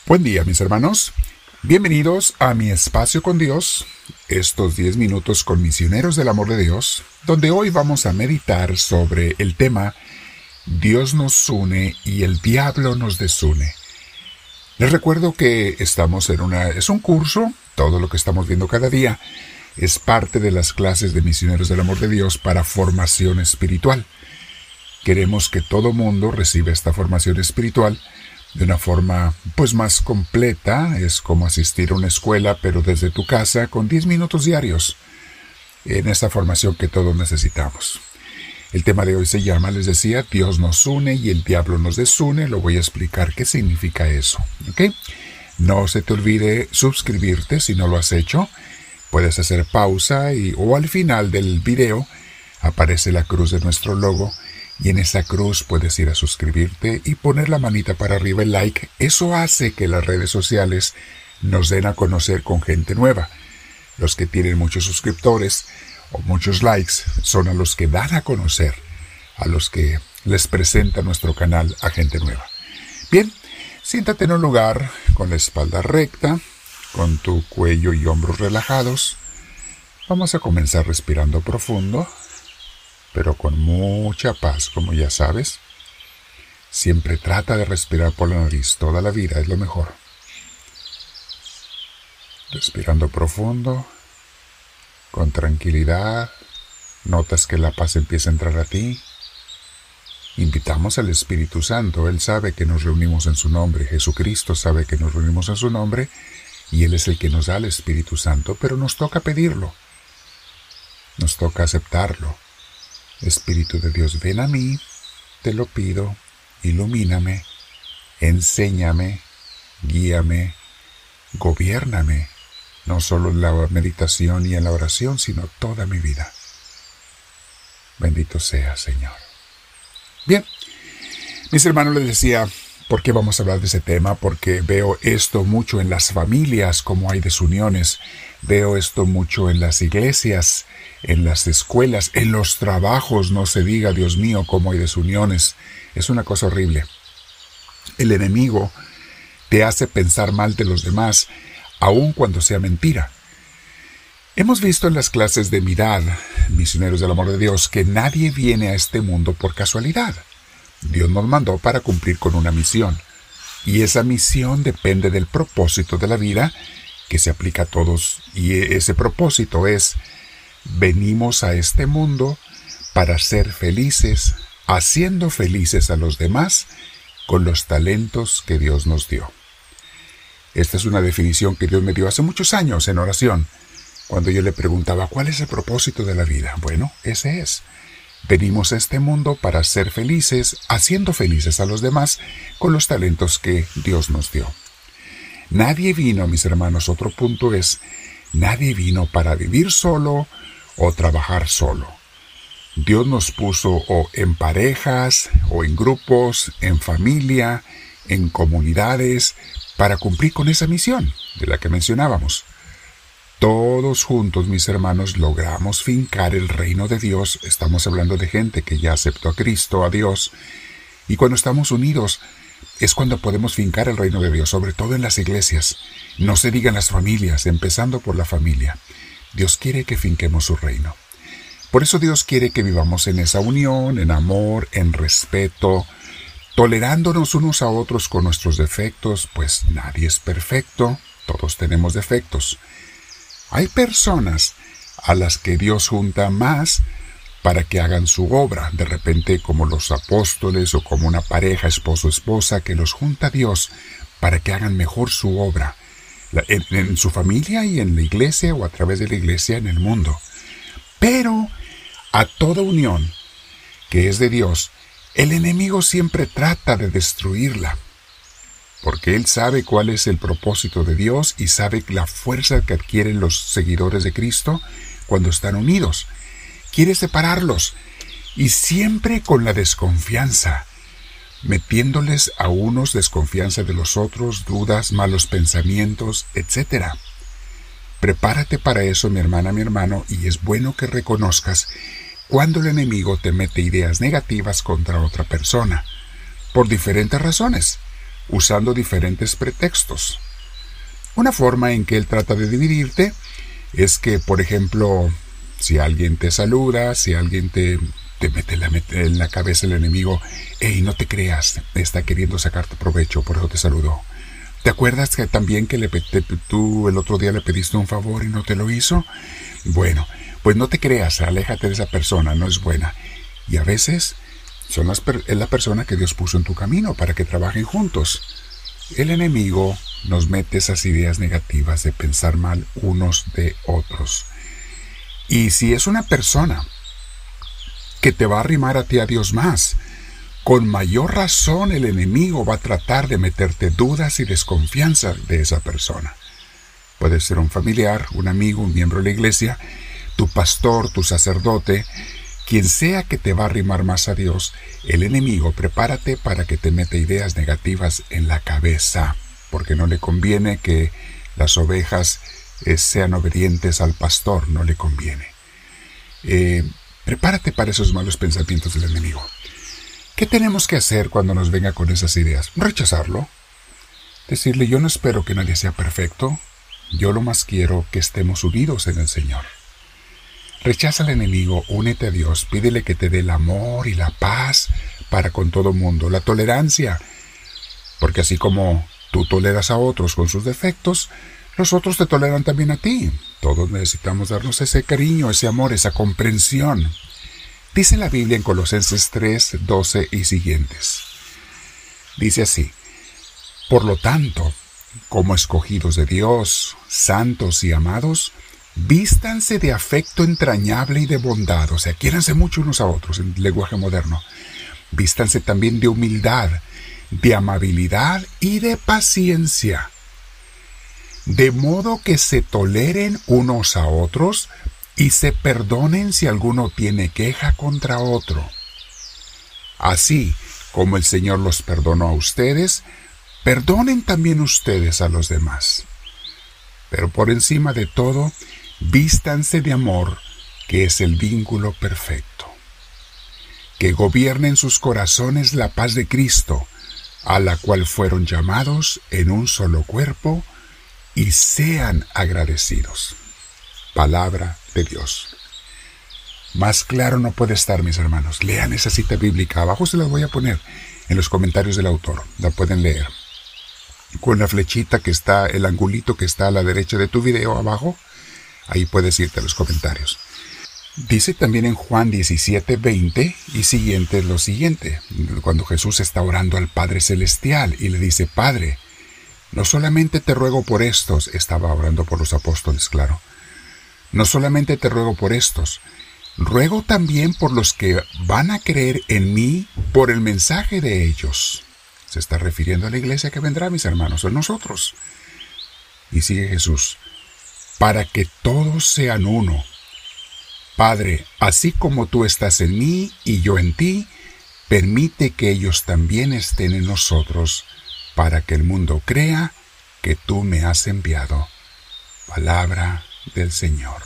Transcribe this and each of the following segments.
Buen día, mis hermanos. Bienvenidos a mi espacio con Dios, estos 10 minutos con misioneros del amor de Dios, donde hoy vamos a meditar sobre el tema Dios nos une y el diablo nos desune. Les recuerdo que estamos es un curso, todo lo que estamos viendo cada día es parte de las clases de misioneros del amor de Dios para formación espiritual. Queremos que todo mundo reciba esta formación espiritual de una forma más completa. Es como asistir a una escuela, pero desde tu casa con 10 minutos diarios, en esta formación que todos necesitamos. El tema de hoy se llama, les decía, Dios nos une y el diablo nos desune. Lo voy a explicar qué significa eso, ¿ok? No se te olvide suscribirte si no lo has hecho. Puedes hacer pausa o al final del video aparece la cruz de nuestro logo. Y en esa cruz puedes ir a suscribirte y poner la manita para arriba, el like. Eso hace que las redes sociales nos den a conocer con gente nueva. Los que tienen muchos suscriptores o muchos likes son a los que dan a conocer, a los que les presenta nuestro canal a gente nueva. Bien, siéntate en un lugar con la espalda recta, con tu cuello y hombros relajados. Vamos a comenzar respirando profundo, pero con mucha paz, como ya sabes. Siempre trata de respirar por la nariz, toda la vida es lo mejor. Respirando profundo, con tranquilidad, notas que la paz empieza a entrar a ti. Invitamos al Espíritu Santo, Él sabe que nos reunimos en su nombre, Jesucristo sabe que nos reunimos en su nombre, y Él es el que nos da el Espíritu Santo, pero nos toca pedirlo, nos toca aceptarlo. Espíritu de Dios, ven a mí, te lo pido, ilumíname, enséñame, guíame, gobiérname, no solo en la meditación y en la oración, sino toda mi vida. Bendito sea, Señor. Bien, mis hermanos, les decía, ¿por qué vamos a hablar de ese tema? Porque veo esto mucho en las familias, como hay desuniones. Veo esto mucho en las iglesias, en las escuelas, en los trabajos, no se diga, Dios mío, cómo hay desuniones. Es una cosa horrible. El enemigo te hace pensar mal de los demás, aun cuando sea mentira. Hemos visto en las clases de Mirad, misioneros del amor de Dios, que nadie viene a este mundo por casualidad. Dios nos mandó para cumplir con una misión, y esa misión depende del propósito de la vida que se aplica a todos, y ese propósito es: venimos a este mundo para ser felices, haciendo felices a los demás con los talentos que Dios nos dio. Esta es una definición que Dios me dio hace muchos años en oración, cuando yo le preguntaba ¿cuál es el propósito de la vida? Bueno, ese es. Venimos a este mundo para ser felices, haciendo felices a los demás con los talentos que Dios nos dio. Nadie vino, mis hermanos, otro punto es, nadie vino para vivir solo o trabajar solo. Dios nos puso o en parejas, o en grupos, en familia, en comunidades, para cumplir con esa misión de la que mencionábamos. Todos juntos, mis hermanos, logramos fincar el reino de Dios. Estamos hablando de gente que ya aceptó a Cristo, a Dios. Y cuando estamos unidos, es cuando podemos fincar el reino de Dios, sobre todo en las iglesias. No se digan las familias, empezando por la familia. Dios quiere que finquemos su reino. Por eso Dios quiere que vivamos en esa unión, en amor, en respeto, tolerándonos unos a otros con nuestros defectos, pues nadie es perfecto, todos tenemos defectos. Hay personas a las que Dios junta más para que hagan su obra, de repente como los apóstoles o como una pareja, esposo-esposa, que los junta Dios para que hagan mejor su obra, en su familia y en la iglesia o a través de la iglesia en el mundo. Pero a toda unión que es de Dios, el enemigo siempre trata de destruirla, porque él sabe cuál es el propósito de Dios y sabe la fuerza que adquieren los seguidores de Cristo cuando están unidos. Quiere separarlos, y siempre con la desconfianza, metiéndoles a unos desconfianza de los otros, dudas, malos pensamientos, etc. Prepárate para eso, mi hermana, mi hermano, y es bueno que reconozcas cuando el enemigo te mete ideas negativas contra otra persona, por diferentes razones. usando diferentes pretextos. Una forma en que él trata de dividirte es que, por ejemplo, si alguien te saluda, si alguien te mete en la cabeza el enemigo, hey, no te creas, está queriendo sacarte provecho, por eso te saludó. ¿Te acuerdas que también que tú el otro día le pediste un favor y no te lo hizo? Bueno, pues no te creas, aléjate de esa persona, no es buena. Y a veces es la persona que Dios puso en tu camino para que trabajen juntos. El enemigo nos mete esas ideas negativas de pensar mal unos de otros. Y si es una persona que te va a arrimar a ti a Dios más, con mayor razón el enemigo va a tratar de meterte dudas y desconfianza de esa persona. Puede ser un familiar, un amigo, un miembro de la iglesia, tu pastor, tu sacerdote, quien sea que te va a arrimar más a Dios. El enemigo, prepárate para que te meta ideas negativas en la cabeza, porque no le conviene que las ovejas sean obedientes al pastor, no le conviene. Prepárate para esos malos pensamientos del enemigo. ¿Qué tenemos que hacer cuando nos venga con esas ideas? Rechazarlo. Decirle, yo no espero que nadie sea perfecto. Yo lo más quiero que estemos unidos en el Señor. Rechaza al enemigo, únete a Dios, pídele que te dé el amor y la paz para con todo mundo, la tolerancia. Porque así como tú toleras a otros con sus defectos, los otros te toleran también a ti. Todos necesitamos darnos ese cariño, ese amor, esa comprensión. Dice la Biblia en Colosenses 3, 12 y siguientes. Dice así: por lo tanto, como escogidos de Dios, santos y amados, vístanse de afecto entrañable y de bondad. O sea, quiéranse mucho unos a otros en lenguaje moderno. Vístanse también de humildad, de amabilidad y de paciencia, de modo que se toleren unos a otros y se perdonen si alguno tiene queja contra otro. Así como el Señor los perdonó a ustedes, perdonen también ustedes a los demás. Pero por encima de todo, vístanse de amor, que es el vínculo perfecto. Que gobierne en sus corazones la paz de Cristo, a la cual fueron llamados en un solo cuerpo, y sean agradecidos. Palabra de Dios. Más claro no puede estar, mis hermanos. Lean esa cita bíblica. Abajo se las voy a poner en los comentarios del autor. La pueden leer. Con la flechita que está, el angulito que está a la derecha de tu video abajo, ahí puedes irte a los comentarios. Dice también en Juan 17, 20 y siguiente lo siguiente, cuando Jesús está orando al Padre Celestial y le dice: Padre, no solamente te ruego por estos, estaba orando por los apóstoles, claro, no solamente te ruego por estos, ruego también por los que van a creer en mí por el mensaje de ellos. Se está refiriendo a la iglesia que vendrá, mis hermanos, a nosotros. Y sigue Jesús: para que todos sean uno. Padre, así como tú estás en mí y yo en ti, permite que ellos también estén en nosotros, para que el mundo crea que tú me has enviado. Palabra del Señor.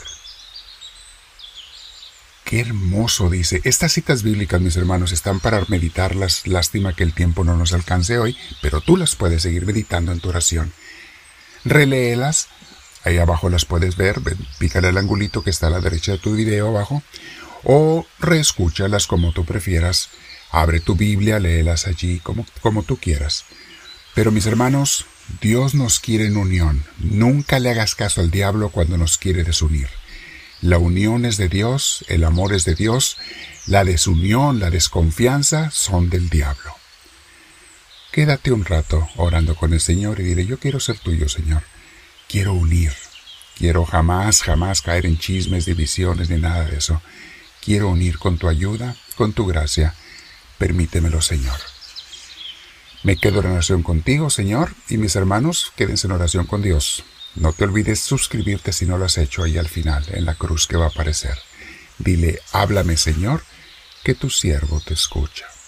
Qué hermoso dice. Estas citas bíblicas, mis hermanos, están para meditarlas. Lástima que el tiempo no nos alcance hoy, pero tú las puedes seguir meditando en tu oración. Reléelas. Ahí abajo las puedes ver. Pícale al angulito que está a la derecha de tu video abajo. O reescúchalas como tú prefieras. Abre tu Biblia, léelas allí como tú quieras. Pero mis hermanos, Dios nos quiere en unión. Nunca le hagas caso al diablo cuando nos quiere desunir. La unión es de Dios, el amor es de Dios, la desunión, la desconfianza son del diablo. Quédate un rato orando con el Señor y dile: yo quiero ser tuyo, Señor. Quiero unir. Quiero jamás caer en chismes, divisiones, ni nada de eso. Quiero unir con tu ayuda, con tu gracia. Permítemelo, Señor. Me quedo en oración contigo, Señor, y mis hermanos, quédense en oración con Dios. No te olvides suscribirte si no lo has hecho ahí al final, en la cruz que va a aparecer. Dile: háblame, Señor, que tu siervo te escucha.